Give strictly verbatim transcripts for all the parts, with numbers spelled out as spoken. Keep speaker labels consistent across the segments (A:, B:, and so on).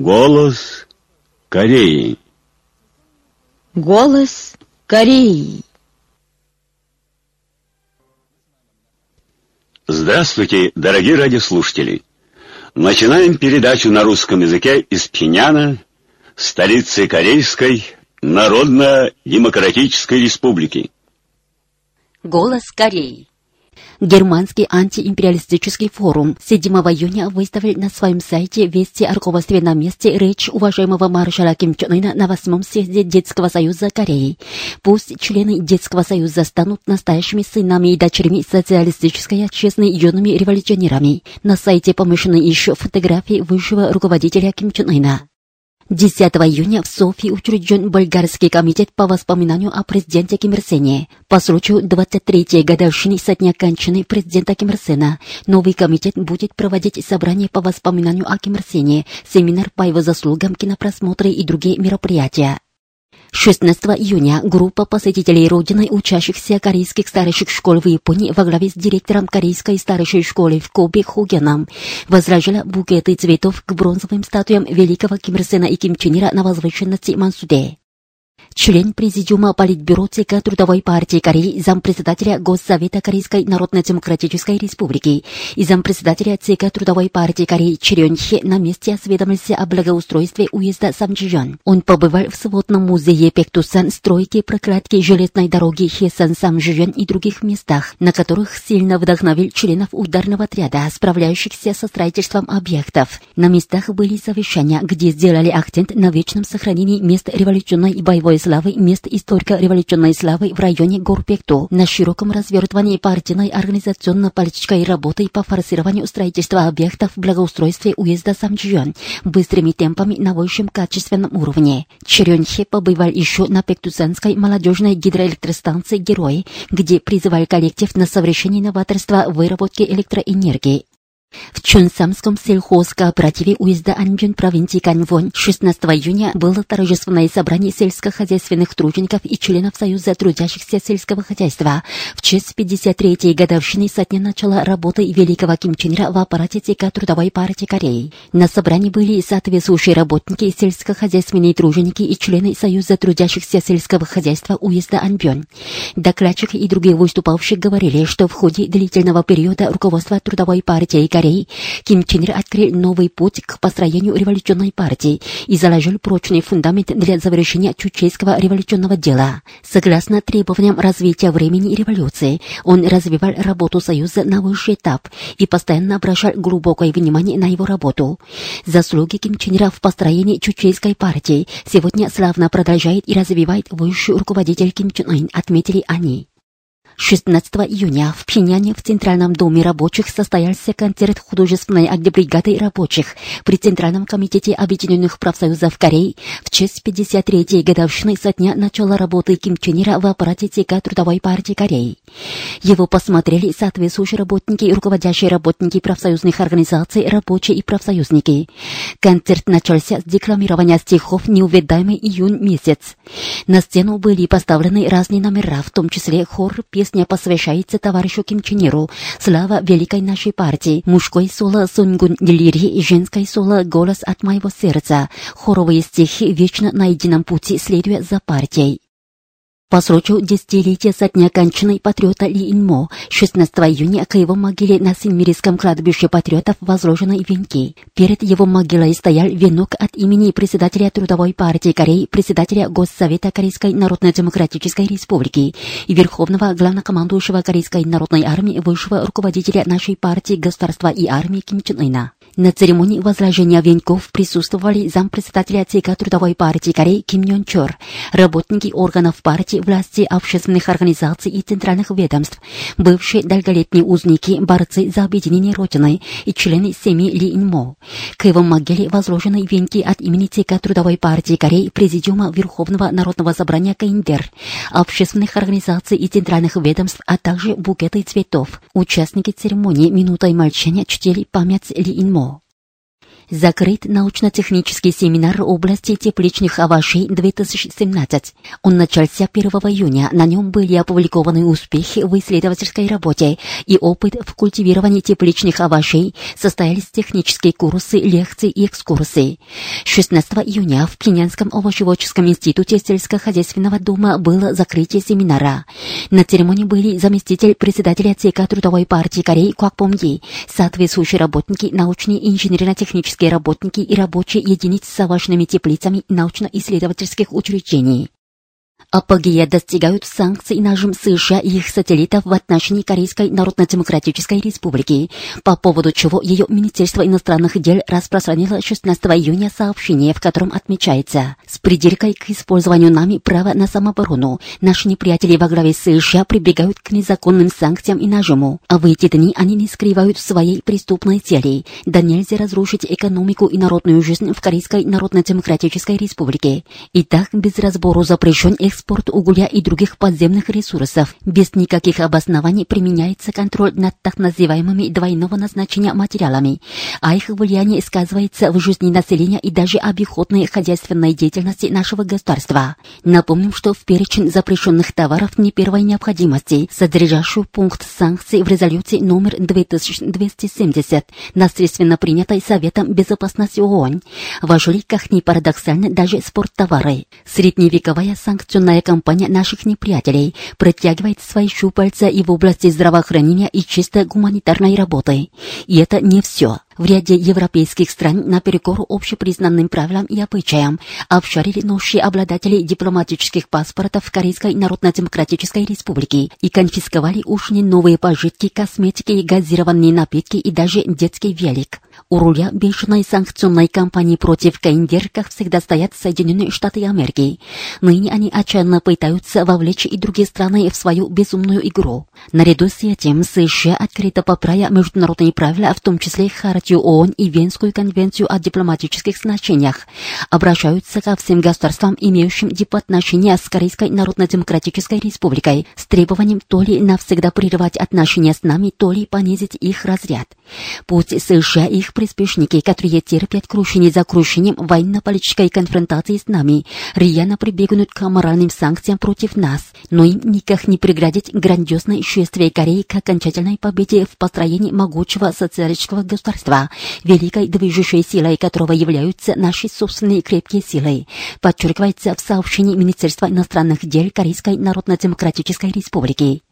A: Голос Кореи.
B: Голос Кореи.
A: Здравствуйте, дорогие радиослушатели! Начинаем передачу на русском языке из Пхеньяна, столицы Корейской Народно-Демократической Республики.
B: Голос Кореи. Германский антиимпериалистический форум седьмого июня выставил на своем сайте вести о руководстве на месте речь уважаемого маршала Ким Чен Ына на восьмом съезде Детского союза Кореи. Пусть члены Детского союза станут настоящими сынами и дочерями социалистической отчизны юными революционерами. На сайте помещены еще фотографии высшего руководителя Ким Чен Ына. десятого июня в Софии учрежден Болгарский комитет по воспоминанию о президенте Ким Ир Сене. По случаю двадцать третьей годовщины со дня кончины президента Ким Ир Сена новый комитет будет проводить собрание по воспоминанию о Ким Ир Сене, семинар по его заслугам, кинопросмотры и другие мероприятия. шестнадцатого июня группа посетителей Родины, учащихся корейских старших школ в Японии во главе с директором корейской старшей школы в Кобе Хугеном возложила букеты цветов к бронзовым статуям великого Ким Ир Сена и Ким Чен Ира на возвышенности Мансуде. Член Президиума Политбюро ЦК Трудовой партии Кореи, зампредседателя Госсовета Корейской Народно-Демократической Республики и зампредседателя ЦК Трудовой партии Кореи Чирён Хе на месте осведомился о благоустройстве уезда Самджион. Он побывал в сводном музее Пектусан, стройке, прокладке железной дороги Хесан-Самджион и других местах, на которых сильно вдохновил членов ударного отряда, справляющихся со строительством объектов. На местах были совещания, где сделали акцент на вечном сохранении мест революционной и боевой славы, мест историко-революционной славы в районе гор Пекту, на широком развертывании партийной организационно-политической работы по форсированию строительства объектов в благоустройстве уезда Самджион быстрыми темпами на высшем качественном уровне. Чирён Хе побывал еще на Пектусанской молодежной гидроэлектростанции «Герой», где призывал коллектив на совершение новаторства в выработке электроэнергии. В Чонсамском сельхозкооперативе уезда Анбён провинции Канвон шестнадцатого июня было торжественное собрание сельскохозяйственных тружеников и членов Союза трудящихся сельского хозяйства в честь пятьдесят третьей годовщины со дня начала работы великого Ким Чен Ира в аппарате ЦК Трудовой партии Кореи. На собрании были соответствующие работники, сельскохозяйственные труженики и члены Союза трудящихся сельского хозяйства уезда Анбён. Докладчик и другие выступавшие говорили, что в ходе длительного периода руководства Трудовой партии Кореи Ким Чен Ир открыл новый путь к построению революционной партии и заложил прочный фундамент для завершения чучейского революционного дела. Согласно требованиям развития времени и революции, он развивал работу Союза на высший этап и постоянно обращал глубокое внимание на его работу. Заслуги Ким Чен Ира в построении чучейской партии сегодня славно продолжает и развивает высший руководитель Ким Чен Ын, отметили они. шестнадцатого июня в Пхеньяне в Центральном доме рабочих состоялся концерт художественной агитбригады рабочих при Центральном комитете Объединенных профсоюзов Кореи в честь пятьдесят третьей годовщины со дня начала работы Ким Чен Ира в аппарате ЦК Трудовой партии Кореи. Его посмотрели соответствующие работники и руководящие работники профсоюзных организаций, рабочие и профсоюзники. Концерт начался с декламирования стихов «Неувидаемый июнь месяц». На сцену были поставлены разные номера, в том числе хор, песня посвящается товарищу Ким Чен Иру, слава великой нашей партии, мужской соло «Сунгун Лири» и женской соло «Голос от моего сердца», хоровые стихи «Вечно на едином пути, следуя за партией». По случаю десятилетия со дня кончины патриота Ли Ин-мо шестнадцатого июня к его могиле на Синмирском кладбище патриотов возложены венки. Перед его могилой стоял венок от имени председателя Трудовой партии Кореи, председателя Госсовета Корейской Народно-Демократической Республики и верховного главнокомандующего Корейской народной армии, высшего руководителя нашей партии, государства и армии Ким Чен Ына. На церемонии возложения венков присутствовали зампредседателя ЦК Трудовой партии Кореи Ким Йон Чор, работники органов партии, власти, общественных организаций и центральных ведомств, бывшие долголетние узники, борцы за объединение Родины и члены семьи Ли Ин-мо. К его могиле возложены венки от имени ЦК Трудовой партии Кореи, Президиума Верховного Народного собрания КНДР, общественных организаций и центральных ведомств, а также букеты цветов. Участники церемонии минутой молчания чтили память Ли Ин-мо. Закрыт научно-технический семинар области тепличных овощей две тысячи семнадцать. Он начался первого июня. На нем были опубликованы успехи в исследовательской работе и опыт в культивировании тепличных овощей, состоялись технические курсы, лекции и экскурсии. шестнадцатого июня в Пхеньянском овощеводческом институте сельскохозяйственного дома было закрытие семинара. На церемонии были заместитель председателя ЦК Трудовой партии Кореи Квак Бом-ги, соответствующие работники, научные и инженерно-технические работники и рабочие единиц с овощными теплицами научно-исследовательских учреждений. Апогея достигают санкций и нажим США и их сателлитов в отношении Корейской Народно-Демократической Республики, по поводу чего ее Министерство иностранных дел распространило шестнадцатого июня сообщение, в котором отмечается: с придиркой к использованию нами права на самооборону наши неприятели во главе США прибегают к незаконным санкциям и нажиму, а в эти дни они не скрывают своей преступной цели. Да нельзя разрушить экономику и народную жизнь в Корейской Народно-Демократической Республике. И так без разбору запрещен экспорт экспорт угля и других подземных ресурсов. Без никаких обоснований применяется контроль над так называемыми двойного назначения материалами, а их влияние сказывается в жизни населения и даже обиходной хозяйственной деятельности нашего государства. Напомним, что в перечень запрещенных товаров не первой необходимости, содержащую пункт санкций в резолюции номер две тысячи двести семьдесят, наследственно принятой Советом Безопасности ООН, вошли, как ни парадоксально, даже спорттовары. Средневековая санкционная кампания наших неприятелей протягивает свои щупальца и в области здравоохранения и чисто гуманитарной работы. И это не все. В ряде европейских стран наперекор общепризнанным правилам и обычаям обшарили ноши обладателей дипломатических паспортов Корейской Народно-Демократической Республики и конфисковали уж не новые пожитки, косметики, газированные напитки и даже детский велик. У руля бешеной санкционной кампании против КНДР, как всегда, стоят Соединенные Штаты Америки. Ныне они отчаянно пытаются вовлечь и другие страны в свою безумную игру. Наряду с этим США, открыто поправя международные правила, в том числе Хартию ООН и Венскую конвенцию о дипломатических значениях, обращаются ко всем государствам, имеющим дипотношения с Корейской Народно-Демократической Республикой, с требованием то ли навсегда прервать отношения с нами, то ли понизить их разряд. Пусть США и их приспешники, которые терпят крушение за крушением военно-политической конфронтации с нами, рьяно прибегнут к моральным санкциям против нас, но им никак не преградить грандиозное шествие Кореи к окончательной победе в построении могучего социалистического государства, великой движущей силой которого являются наши собственные крепкие силы, подчеркивается в сообщении Министерства иностранных дел Корейской Народно-Демократической Республики.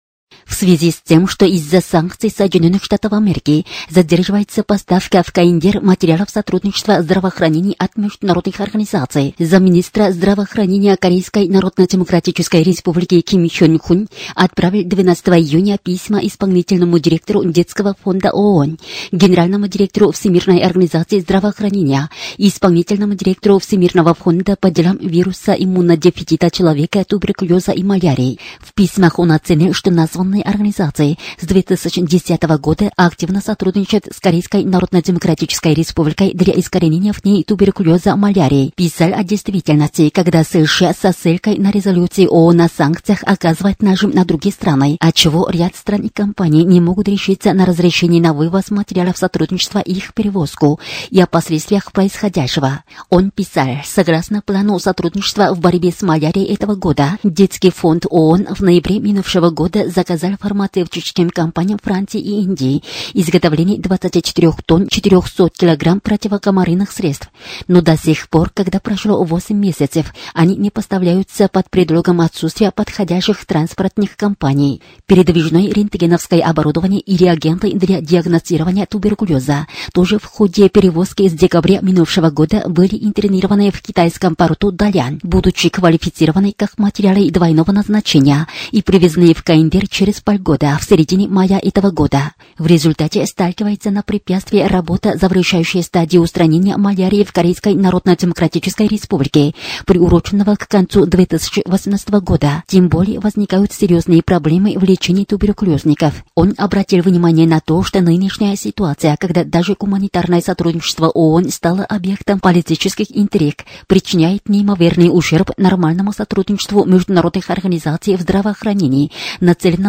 B: В связи с тем, что из-за санкций Соединенных Штатов Америки задерживается поставка в КНДР материалов сотрудничества здравоохранения от международных организаций, замминистра здравоохранения Корейской Народно-Демократической Республики Ким Хён Хун отправил двенадцатого июня письма исполнительному директору Детского фонда ООН, генеральному директору Всемирной организации здравоохранения и исполнительному директору Всемирного фонда по делам вируса иммунодефицита человека, туберкулеза и малярии. В письмах он оценил, что названные организации с две тысячи десятого года активно сотрудничают с Корейской Народно-Демократической Республикой для искоренения в ней туберкулеза, малярии. Писал о действительности, когда США со ссылкой на резолюции ООН о санкциях оказывает нажим на другие страны, отчего ряд стран и компаний не могут решиться на разрешение на вывоз материалов сотрудничества и их перевозку, и о последствиях происходящего. Он писал: согласно плану сотрудничества в борьбе с малярией этого года, Детский фонд ООН в ноябре минувшего года заказал фармацевтическим компаниям Франции и Индии изготовление двадцати четырёх тонн четырёхсот килограмм противокомарных средств. Но до сих пор, когда прошло восемь месяцев, они не поставляются под предлогом отсутствия подходящих транспортных компаний. Передвижное рентгеновское оборудование и реагенты для диагностирования туберкулеза тоже в ходе перевозки с декабря минувшего года были интернированы в китайском порту Далян, будучи квалифицированы как материалы двойного назначения и привезены в КНДР через полгода, в середине мая этого года. В результате сталкивается на препятствие работа, завершающая стадию устранения малярии в Корейской Народно-Демократической Республике, приуроченного к концу две тысячи восемнадцатого года. Тем более возникают серьезные проблемы в лечении туберкулезников. Он обратил внимание на то, что нынешняя ситуация, когда даже гуманитарное сотрудничество ООН стало объектом политических интриг, причиняет неимоверный ущерб нормальному сотрудничеству международных организаций в здравоохранении, нацелено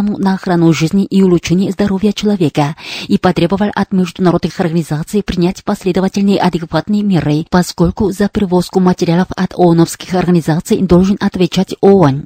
B: направленному на охрану жизни и улучшение здоровья человека, и потребовал от международных организаций принять последовательные адекватные меры, поскольку за перевозку материалов от ООНовских организаций должен отвечать ООН.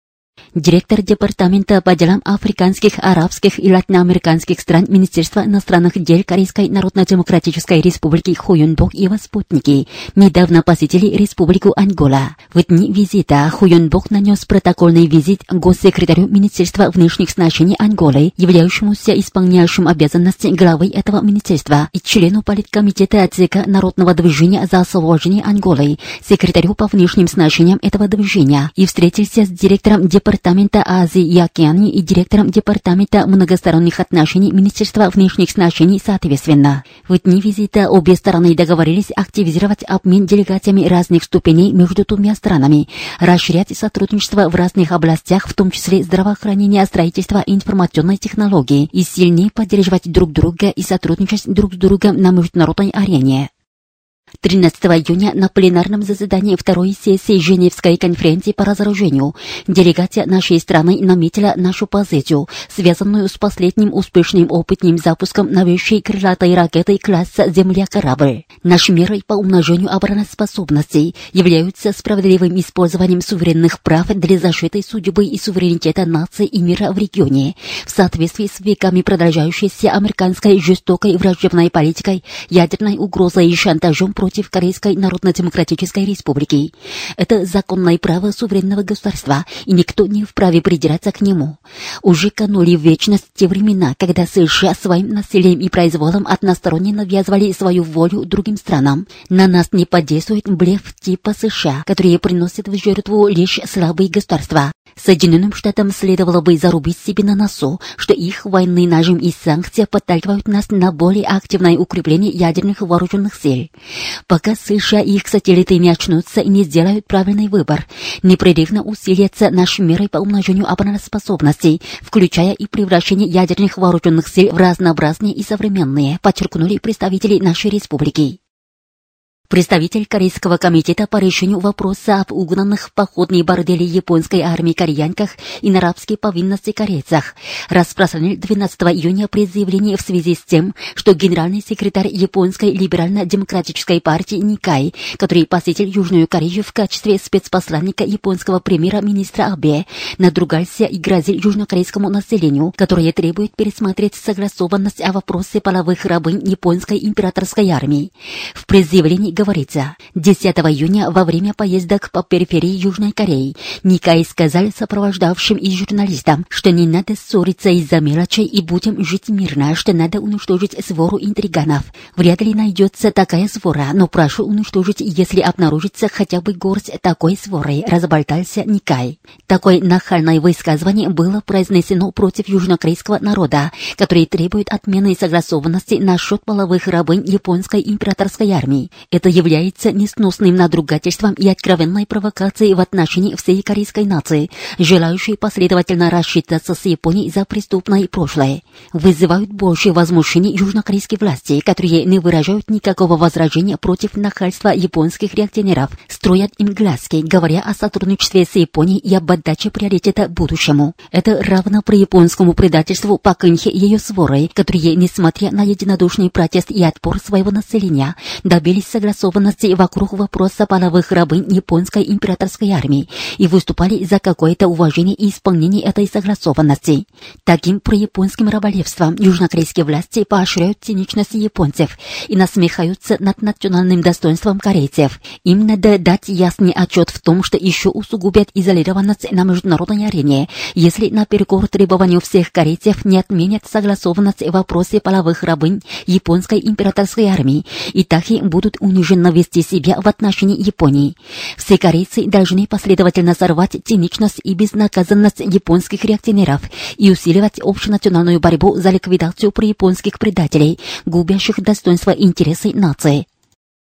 B: Директор Департамента по делам африканских, арабских и латиноамериканских стран Министерства иностранных дел Корейской Народно-Демократической Республики Хо Юн-бок и его спутники недавно посетили Республику Ангола. В дни визита Хо Юн-бок нанес протокольный визит госсекретарю Министерства внешних сношений Анголы, являющемуся исполняющим обязанности главы этого министерства, и члену политкомитета отсека Народного движения за освобождение Анголы, секретарю по внешним сношениям этого движения, и встретился с директором Департамента Азии и Океании и директором Департамента многосторонних отношений Министерства внешних сношений соответственно. В дни визита обе стороны договорились активизировать обмен делегациями разных ступеней между двумя странами, расширять сотрудничество в разных областях, в том числе здравоохранения, строительства и информационной технологии, и сильнее поддерживать друг друга и сотрудничать друг с другом на международной арене. тринадцатого июня на пленарном заседании второй сессии Женевской конференции по разоружению делегация нашей страны наметила нашу позицию, связанную с последним успешным опытным запуском новейшей крылатой ракеты класса «Земля-корабль». Наши меры по умножению обороноспособностей являются справедливым использованием суверенных прав для защиты судьбы и суверенитета нации и мира в регионе, в соответствии с веками продолжающейся американской жестокой враждебной политикой, ядерной угрозой и шантажом против Корейской Народно-Демократической Республики. Это законное право суверенного государства, и никто не вправе придираться к нему. Уже канули в вечность те времена, когда США своим насилием и произволом односторонне навязывали свою волю другим странам. На нас не подействует блеф типа США, которые приносят в жертву лишь слабые государства. Соединенным Штатам следовало бы зарубить себе на носу, что их военный нажим и санкции подталкивают нас на более активное укрепление ядерных вооруженных сил. Пока США и их сателлиты не очнутся и не сделают правильный выбор, непрерывно усилятся наши меры по умножению обороноспособностей, включая и превращение ядерных вооруженных сил в разнообразные и современные, подчеркнули представители нашей республики. Представитель Корейского комитета по решению вопроса об угнанных в походные бордели японской армии кореянках и на рабские повинности корейцах распространил двенадцатого июня предъявление в связи с тем, что генеральный секретарь японской либерально-демократической партии Никай, который посетил Южную Корею в качестве спецпосланника японского премьера-министра Абе, надругался и грозил южнокорейскому населению, которое требует пересмотреть согласованность о вопросе половых рабынь японской императорской армии. В предъявлении говорится, десятого июня во время поездок по периферии Южной Кореи Никай сказал сопровождавшим и журналистам, что не надо ссориться из-за мелочей и будем жить мирно, что надо уничтожить свору интриганов. Вряд ли найдется такая свора, но прошу уничтожить, если обнаружится хотя бы горсть такой своры, разболтался Никай. Такое нахальное высказывание было произнесено против южнокорейского народа, который требует отмены согласованности насчет половых рабынь японской императорской армии. Это является несносным надругательством и откровенной провокацией в отношении всей корейской нации, желающей последовательно рассчитаться с Японией за преступное прошлое. Вызывают больше возмущений южнокорейские власти, которые не выражают никакого возражения против нахальства японских реакционеров, строят им глазки, говоря о сотрудничестве с Японией и об отдаче приоритета будущему. Это равно при японскому предательству Пак Кын-хе и ее сворой, которые, несмотря на единодушный протест и отпор своего населения, добились согласованности вокруг вопроса половых рабынь японской императорской армии и выступали за какое-то уважение и исполнение этой согласованности. Таким прояпонским раболепством южнокорейские власти поощряют циничность японцев и насмехаются над национальным достоинством корейцев. Им надо дать ясный отчет в том, что еще усугубят изолированность на международной арене, если наперекор требованию всех корейцев не отменят согласованность в вопросе половых рабынь японской императорской армии и так и будут унижены вести себя в отношении Японии. Все корейцы должны последовательно сорвать циничность и безнаказанность японских реакционеров и усиливать общенациональную борьбу за ликвидацию прояпонских предателей, губящих достоинство и интересы нации.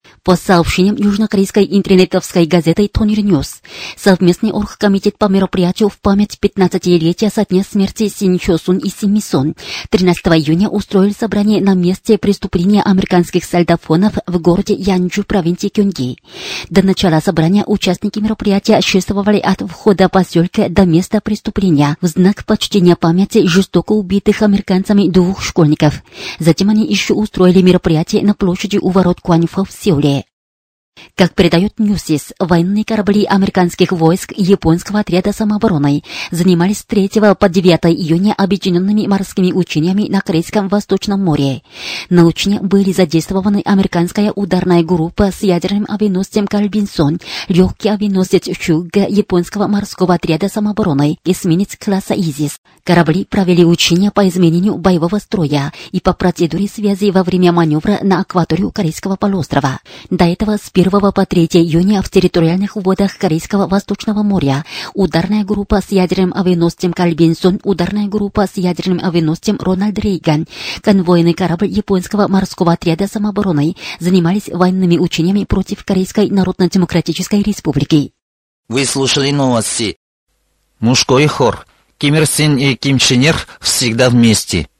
B: По сообщениям южнокорейской интернетовской газеты «Тонир Ньюс», совместный оргкомитет по мероприятию в память пятнадцатилетия со дня смерти Син Чо Сун и Син Ми Сон тринадцатого июня устроили собрание на месте преступления американских солдафонов в городе Янджу, провинции Кёнги. До начала собрания участники мероприятия шествовали от входа поселка до места преступления в знак почтения памяти жестоко убитых американцами двух школьников. Затем они еще устроили мероприятие на площади у ворот Куаньфа в Сеуле. Как передает Ньюсис, военные корабли американских войск и японского отряда самообороны занимались с третьего по девятое июня объединенными морскими учениями на Корейском Восточном море. На учения были задействованы американская ударная группа с ядерным авианосцем Кальбинсон, легкий авианосец Чуга японского морского отряда самообороны, эсминец класса Изис. Корабли провели учения по изменению боевого строя и по процедуре связи во время маневра на акваторию Корейского полуострова. До этого с первого по третье июня в территориальных водах Корейского Восточного моря ударная группа с ядерным авианосцем Кальбинсон, ударная группа с ядерным авианосцем Рональд Рейган, конвойный корабль японского морского отряда самообороны занимались военными учениями против Корейской Народно-Демократической Республики.
C: Вы слушали новости. Мужской хор. Ким Ир Сен и Ким Чен Ир всегда вместе.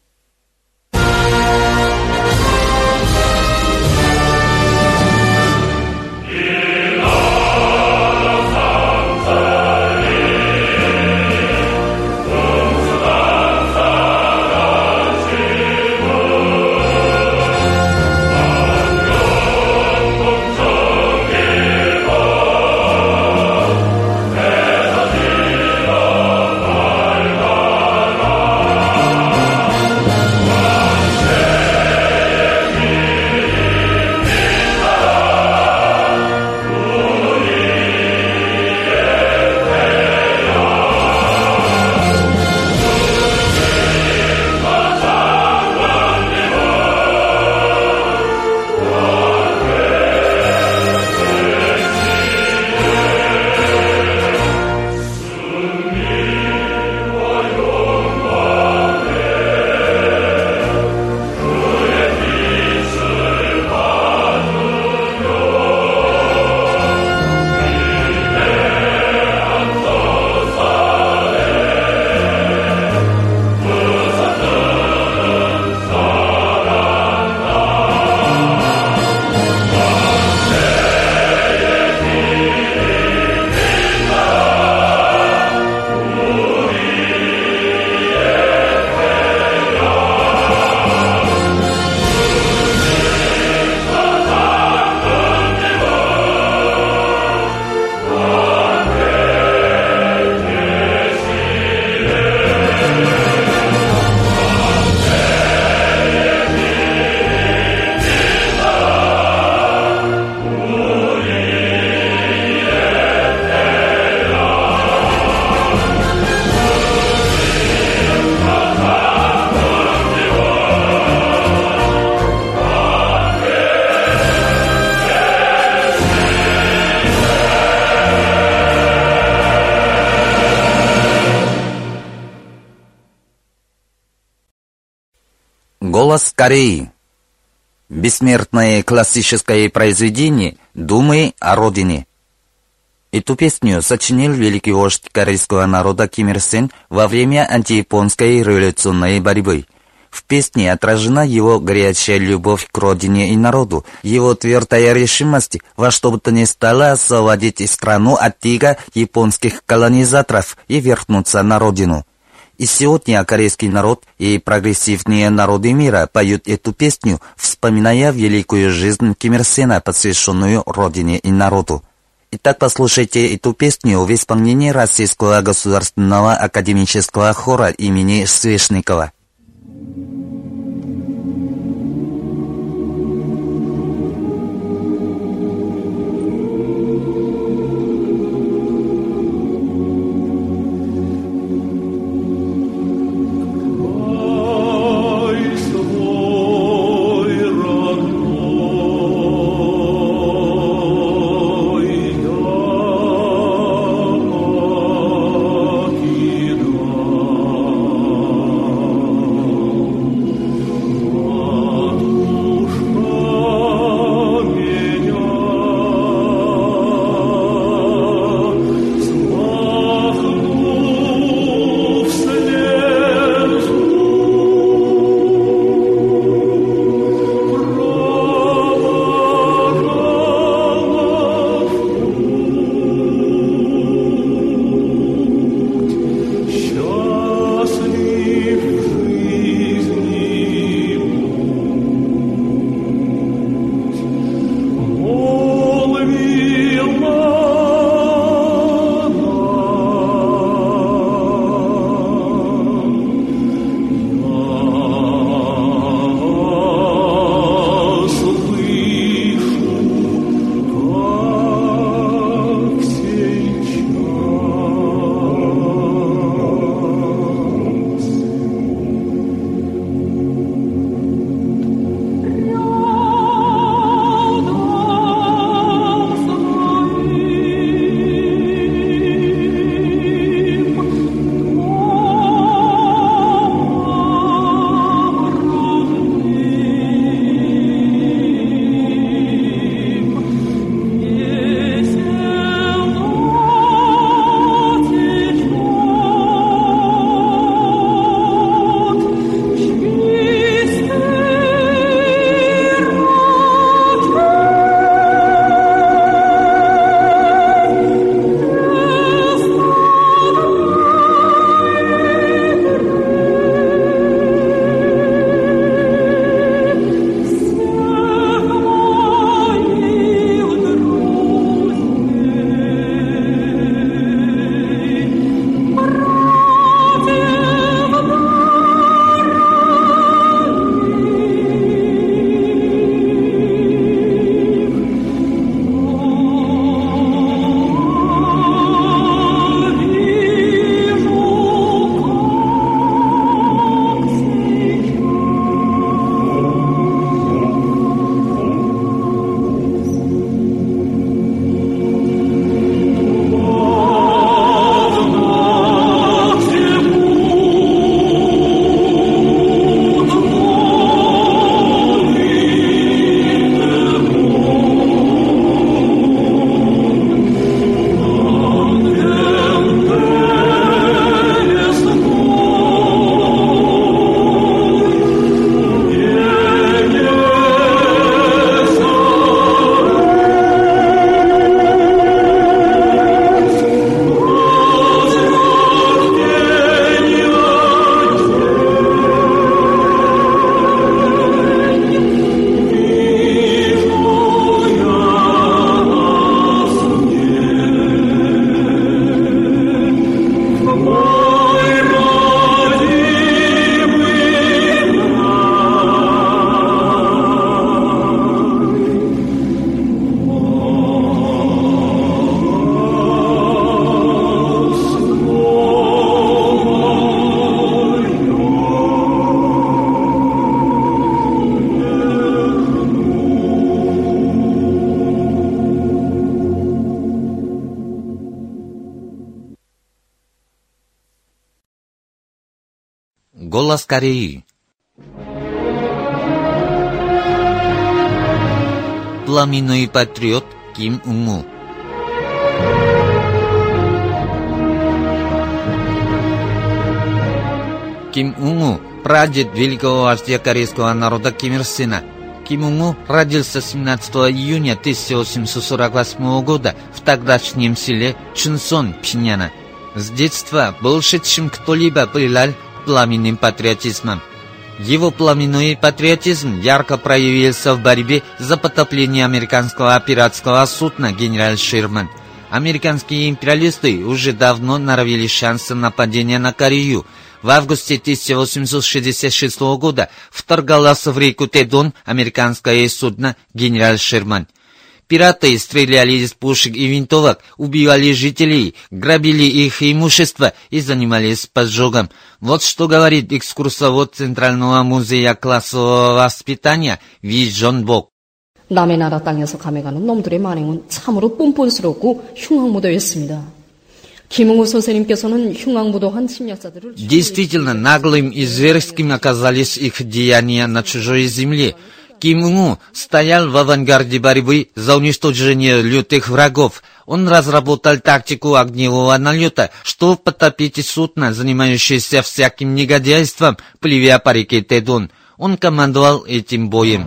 C: Голос Кореи. Бессмертное классическое произведение «Думай о родине». Эту песню сочинил великий вождь корейского народа Ким Ир Сен во время антияпонской революционной борьбы. В песне отражена его горячая любовь к родине и народу, его твердая решимость во что бы то ни стало освободить страну от ига японских колонизаторов и вернуться на родину. И сегодня корейский народ и прогрессивные народы мира поют эту песню, вспоминая великую жизнь Ким Ир Сена, посвященную родине и народу. Итак, послушайте эту песню в исполнении Российского государственного академического хора имени Свешникова.
D: Oh
C: Голос Кореи. Пламенный патриот Ким Ун-у. Ким Ун-у, прадед великого вождя корейского народа Ким Ир Сена. Ким Ун-у родился семнадцатого июня тысяча восемьсот сорок восьмого года в тогдашнем селе Чунсон, Пхеньяна. С детства был шедшим кто-либо пылал пламенным патриотизмом. Его пламенный патриотизм ярко проявился в борьбе за потопление американского пиратского судна «Генерал Шерман». Американские империалисты уже давно норовили шансы нападения на Корею. В августе тысяча восемьсот шестьдесят шестого года вторгалось в реку Тэдон американское судно «Генерал Шерман». Пираты стреляли из пушек и винтовок, убивали жителей, грабили их имущество и занимались поджогом. Вот что говорит экскурсовод Центрального музея классового воспитания Ви Джон Бок.
D: 남의 나라 땅에서 감행하는 놈들의 만행은 참으로 뻔뻔스럽고 흉악무도했습니다. 김웅우 선생님께서는 흉악무도한 침략자들을
C: Действительно, наглым и зверским оказались их деяния на чужой земле. Ким Ун-у стоял в авангарде борьбы за уничтожение лютых врагов. Он разработал тактику огневого налета, чтобы потопить судно, занимающееся всяким негодяйством, плывя по реке Тэдон. Он командовал этим боем.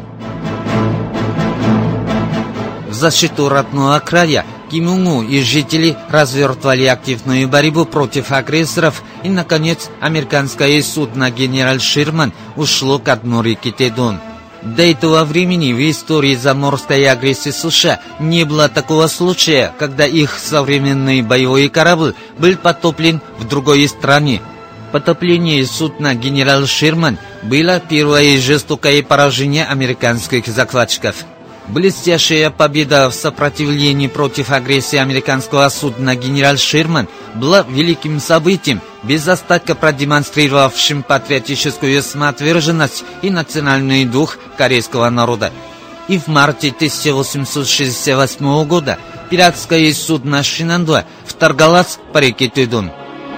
C: В защиту родного края Ким Ун-у и жители развертывали активную борьбу против агрессоров, и, наконец, американское судно «Генерал Шерман» ушло ко дну реки Тэдон. До этого времени в истории заморской агрессии США не было такого случая, когда их современный боевой корабль был потоплен в другой стране. Потопление судна «Генерал Шерман» было первое жестокое поражение американских захватчиков. Блестящая победа в сопротивлении против агрессии американского судна «Генерал Шерман» была великим событием, без остатка продемонстрировавшим патриотическую самоотверженность и национальный дух корейского народа. И в марте тысяча восемьсот шестьдесят восьмого года пиратское судно «Шинандуа» вторгалось по реке Тэдон.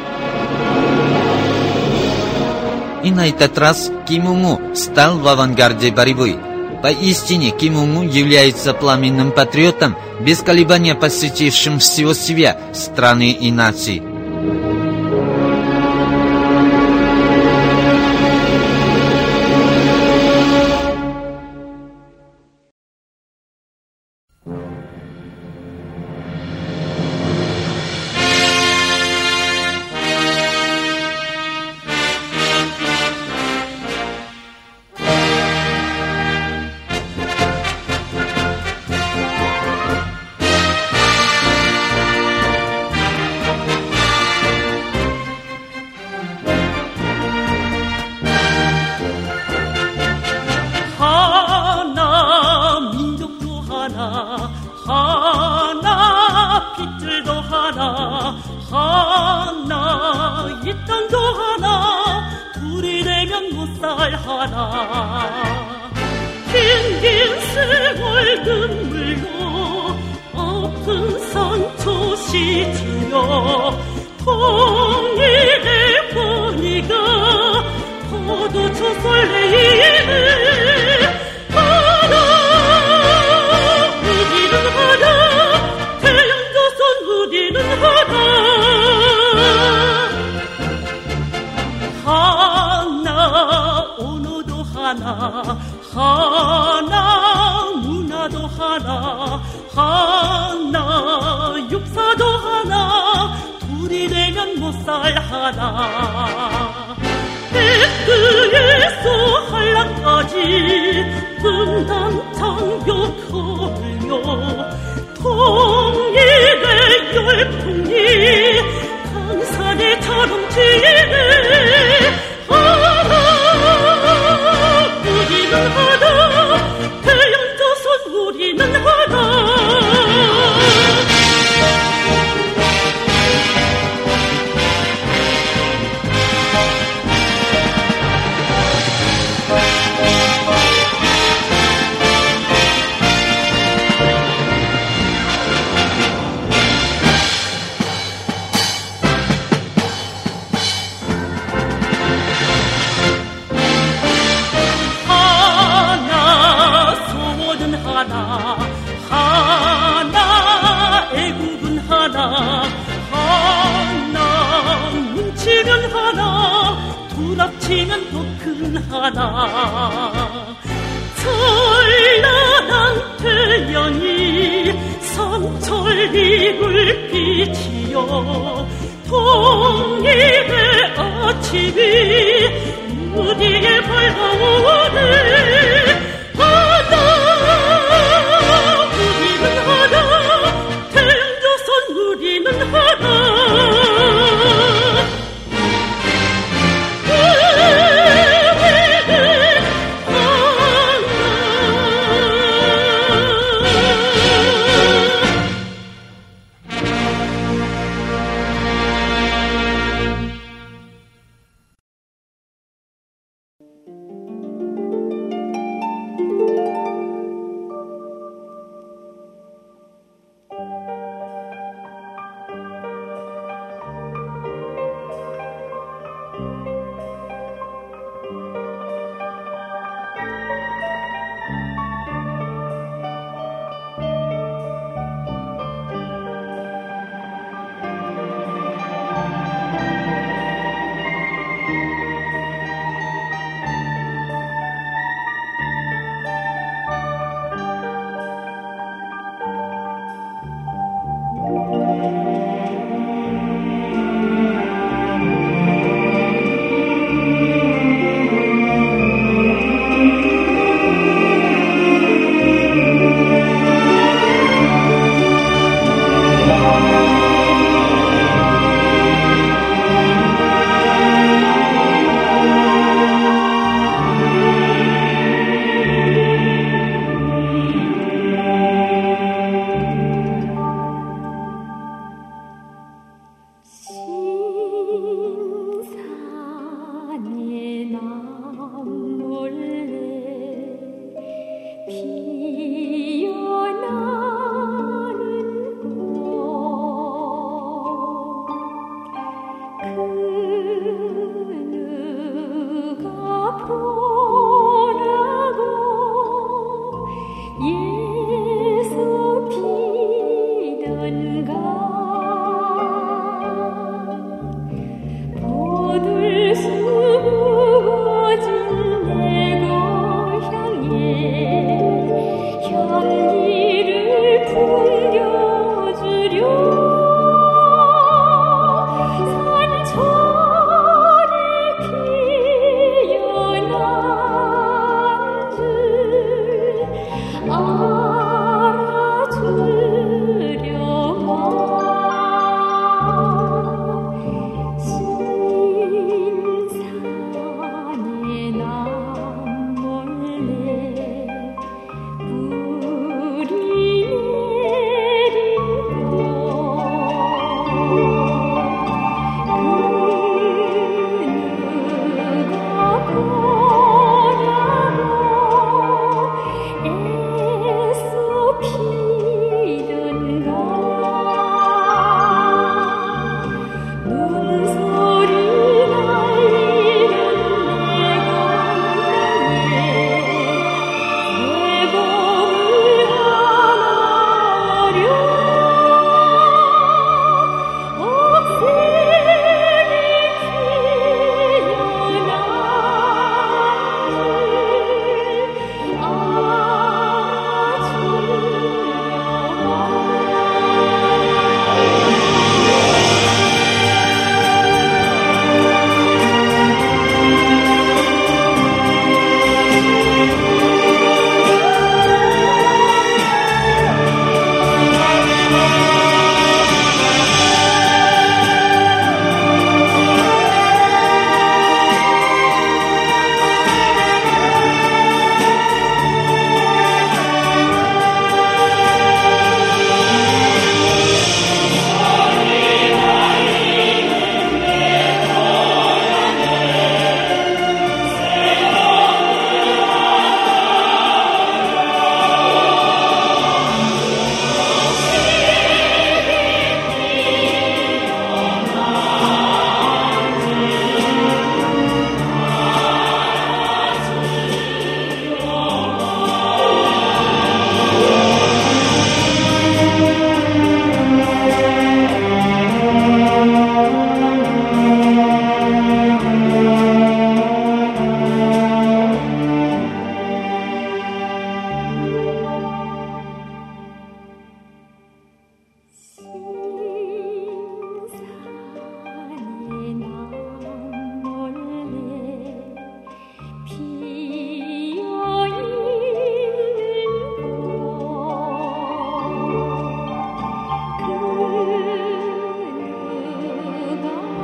C: И на этот раз Ким Ун-у стал в авангарде борьбы. Поистине, Ким Ун-у является пламенным патриотом, без колебания посвятившим всего себя страны и нации.
E: 하나 찬란한 태양이 삼천리 불빛이여 독립의 아침이 우리의 밝아오네 하나 우리는 하나 태조선 우리는 하나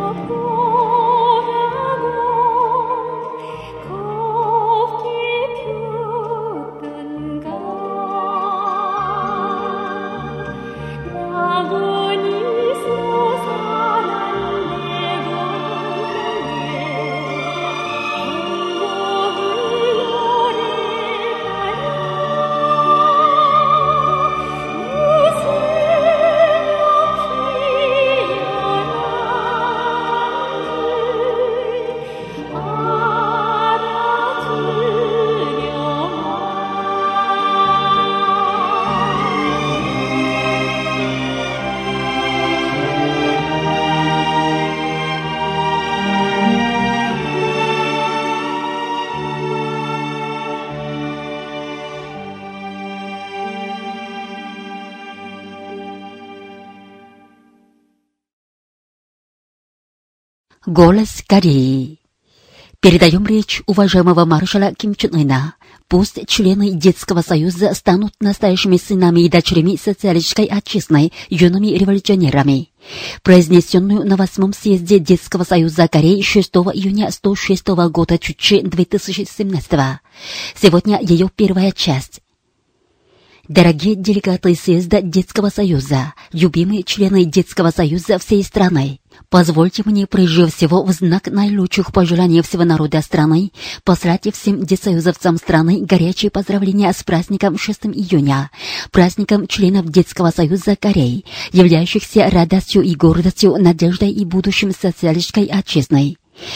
B: Голос Кореи. Передаем речь уважаемого маршала Ким Чен Ына. Пусть члены Детского союза станут настоящими сынами и дочерями социалистической отчизны, юными революционерами. Произнесенную на восьмом съезде Детского союза Кореи шестого июня сто шестого года Чучи две тысячи семнадцатого. Сегодня ее первая часть. Дорогие делегаты съезда Детского союза, любимые члены Детского союза всей страны, позвольте мне прежде всего в знак наилучших пожеланий всего народа страны послать всем детсоюзовцам страны горячие поздравления с праздником шестого июня, праздником членов Детского союза Кореи, являющихся радостью и гордостью, надеждой и будущим социалистической отчизной.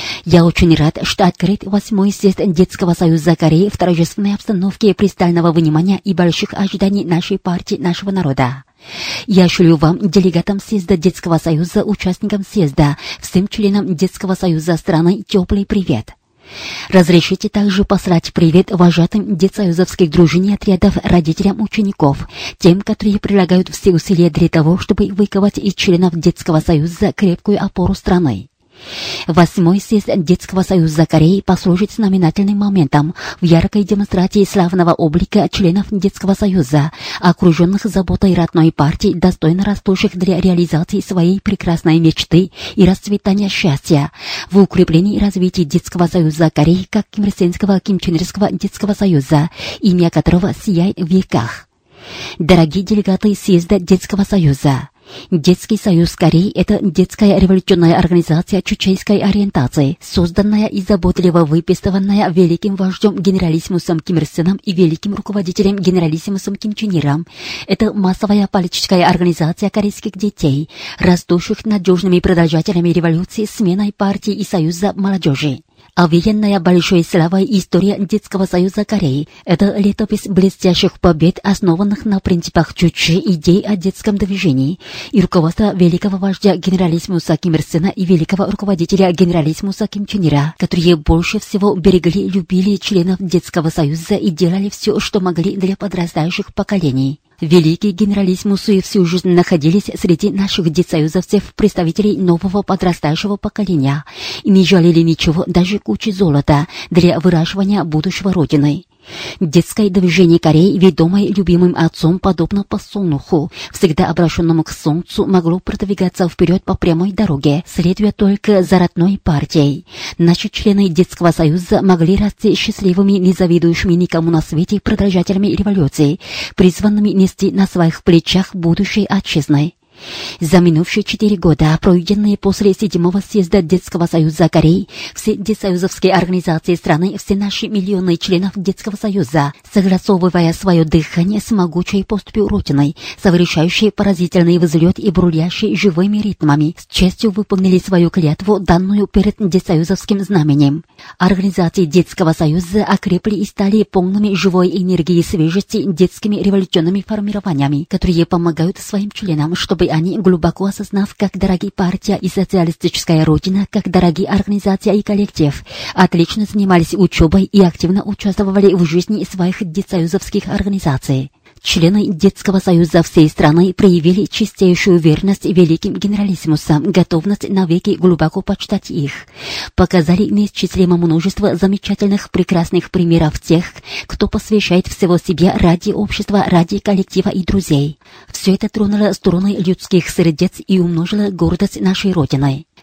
B: Я очень рад, что открыт восьмой съезд Детского союза Кореи в торжественной обстановке пристального внимания и больших ожиданий нашей партии, нашего народа. Я шлю вам, делегатам съезда Детского союза, участникам съезда, всем членам Детского союза страны, теплый привет. Разрешите также послать привет вожатым детсоюзовских дружин и отрядов, родителям учеников, тем, которые прилагают все усилия для того, чтобы выковать из членов Детского союза крепкую опору страны. Восьмой съезд Детского союза Кореи послужит знаменательным моментом в яркой демонстрации славного облика членов Детского союза, окруженных заботой родной партии, достойно растущих для реализации своей прекрасной мечты и расцветания счастья, в укреплении и развитии Детского союза Кореи как Кимирсенского Кимченерского Детского союза, имя которого сияет в веках. Дорогие делегаты съезда Детского союза, Детский союз Кореи – это детская революционная организация чучейской ориентации, созданная и заботливо выписанная великим вождем генералиссимусом Ким Ир Сеном и великим руководителем генералиссимусом Ким Чен Иром. Это массовая политическая организация корейских детей, растущих надежными продолжателями революции, сменой партии и союза молодежи. Овеянная большой славой история Детского союза Кореи – это летопись блестящих побед, основанных на принципах Чучи, идей о детском движении и руководства великого вождя генералиссимуса Ким Ир Сена и великого руководителя генералиссимуса Ким Чен Ира, которые больше всего берегли, любили членов Детского союза и делали все, что могли для подрастающих поколений. Великие генералиссимусы всю жизнь находились среди наших детсоюзовцев, представителей нового подрастающего поколения, и не жалели ничего, даже кучи золота, для выращивания будущего Родины. Детское движение Кореи, ведомое любимым отцом, подобно подсолнуху, всегда обращенному к солнцу, могло продвигаться вперед по прямой дороге, следуя только за родной партией. Наши члены Детского союза могли расти счастливыми, не завидующими никому на свете продолжателями революции, призванными нести на своих плечах будущее отчизны. За минувшие четыре года, пройденные после седьмого съезда Детского союза Кореи, все детсоюзовские организации страны, все наши миллионы членов Детского союза, согласовывая свое дыхание с могучей поступью Родиной, совершающей поразительный взлет и брулящей живыми ритмами, с честью выполнили свою клятву, данную перед детсоюзовским знаменем. Организации Детского союза окрепли и стали полными живой энергии и свежести детскими революционными формированиями, которые помогают своим членам, чтобы они, глубоко осознав, как дороги партия и социалистическая родина, как дороги организация и коллектив, отлично занимались учебой и активно участвовали в жизни своих детсоюзовских организаций. Члены Детского союза всей страны проявили чистейшую верность великим генералиссимусам, готовность навеки глубоко почитать их. Показали неисчислимое множество замечательных, прекрасных примеров тех, кто посвящает всего себя ради общества, ради коллектива и друзей. Все это тронуло струны людских сердец и умножило гордость нашей Родины.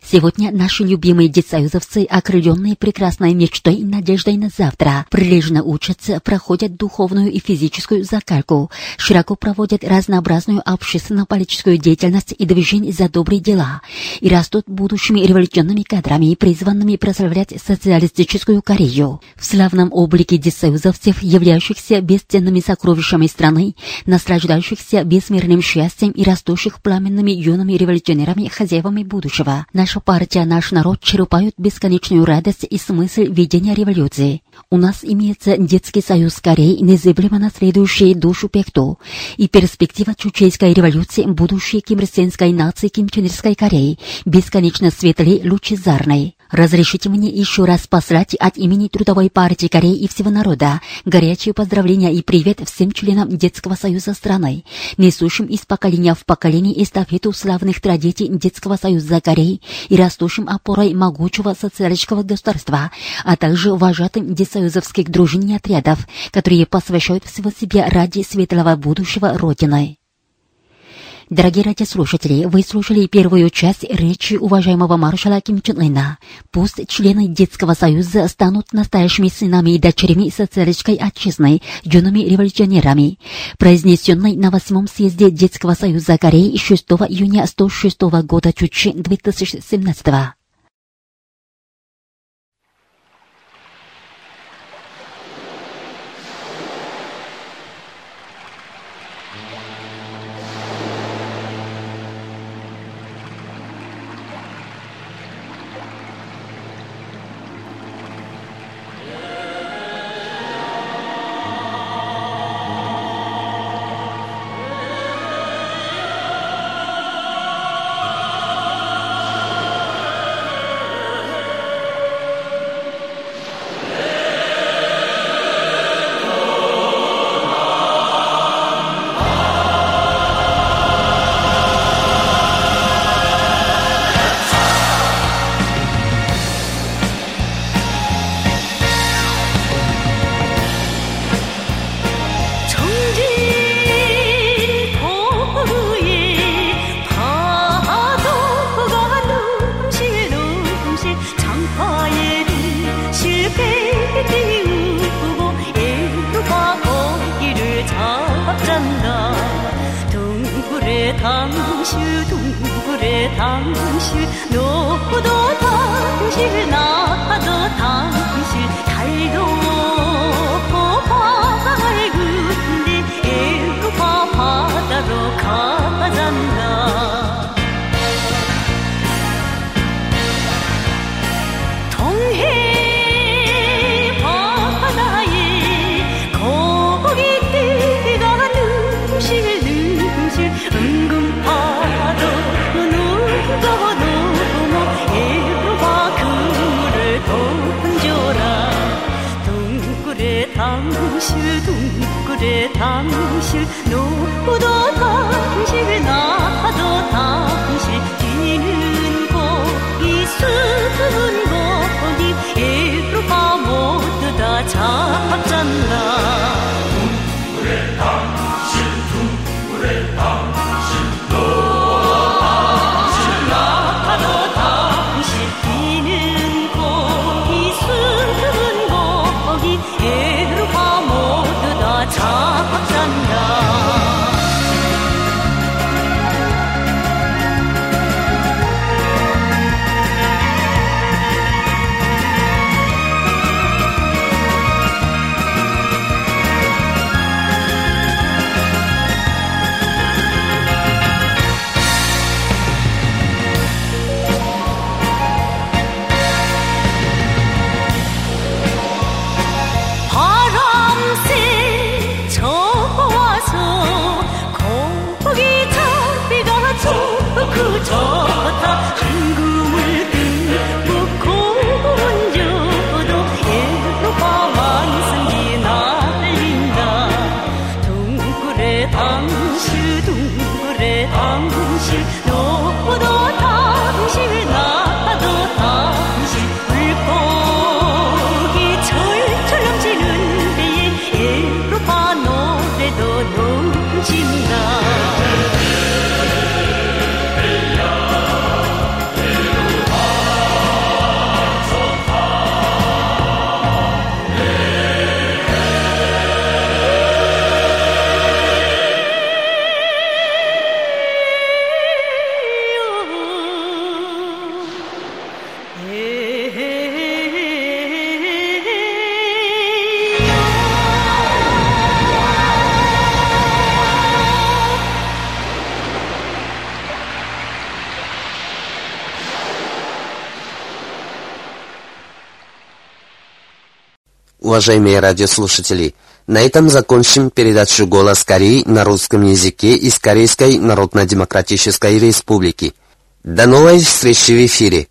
B: Сегодня наши любимые детсоюзовцы, окрыленные прекрасной мечтой и надеждой на завтра, прилежно учатся, проходят духовную и физическую закалку, широко проводят разнообразную общественно-политическую деятельность и движение за добрые дела, и растут будущими революционными кадрами, призванными прославлять социалистическую Корею. В славном облике детсоюзовцев, являющихся бесценными сокровищами страны, наслаждающихся бессмертным счастьем и растущих пламенными юными революционерами, хозяевами будущего, наша партия, наш народ черпают бесконечную радость и смысл ведения революции. У нас имеется детский союз Кореи, незыблемо наследующий душу Пехту, и перспектива Чучейской революции, будущей кимирсенской нации Ким-Чен-Ирской Кореи, бесконечно светлой, лучезарной. Разрешите мне еще раз послать от имени Трудовой партии Кореи и всего народа горячие поздравления и привет всем членам Детского союза страны, несущим из поколения в поколение эстафету славных традиций Детского союза Кореи и растущим опорой могучего социалистического государства, а также вожатым детсоюзовских дружин и отрядов, которые посвящают всего себя ради светлого будущего Родины. Дорогие радиослушатели, вы слушали первую часть речи уважаемого маршала Ким Чен Ына. Пусть члены Детского союза станут настоящими сынами и дочерями социалистической отчизны, юными революционерами, произнесенной на восьмом съезде Детского союза Кореи шестого июня сто шестого года Чучи две тысячи семнадцатого.
E: 당실 둥그레 당실 너도 당실 나도 당실 달도 밝은데 애구가 바다로 가잔다 동해 바다에 고깃대가 눈실 눈실 은금 파도 눈도 넘어 애구가 그물을 던져라 둥그레 당실 둥그레 당실 너도 당실 나도 당실 뛰는 고기 쓰는 고기 애루가 모두 다 잡잖아
F: 둥그레 당실 둥그레 당실 너도 당실
E: 나도 당실 뛰는 고기 쓰는 고기 애루가 모두 다 잡잖아
G: Уважаемые радиослушатели, на этом закончим передачу «Голос Кореи» на русском языке из Корейской Народно-Демократической Республики. До новой встречи в эфире.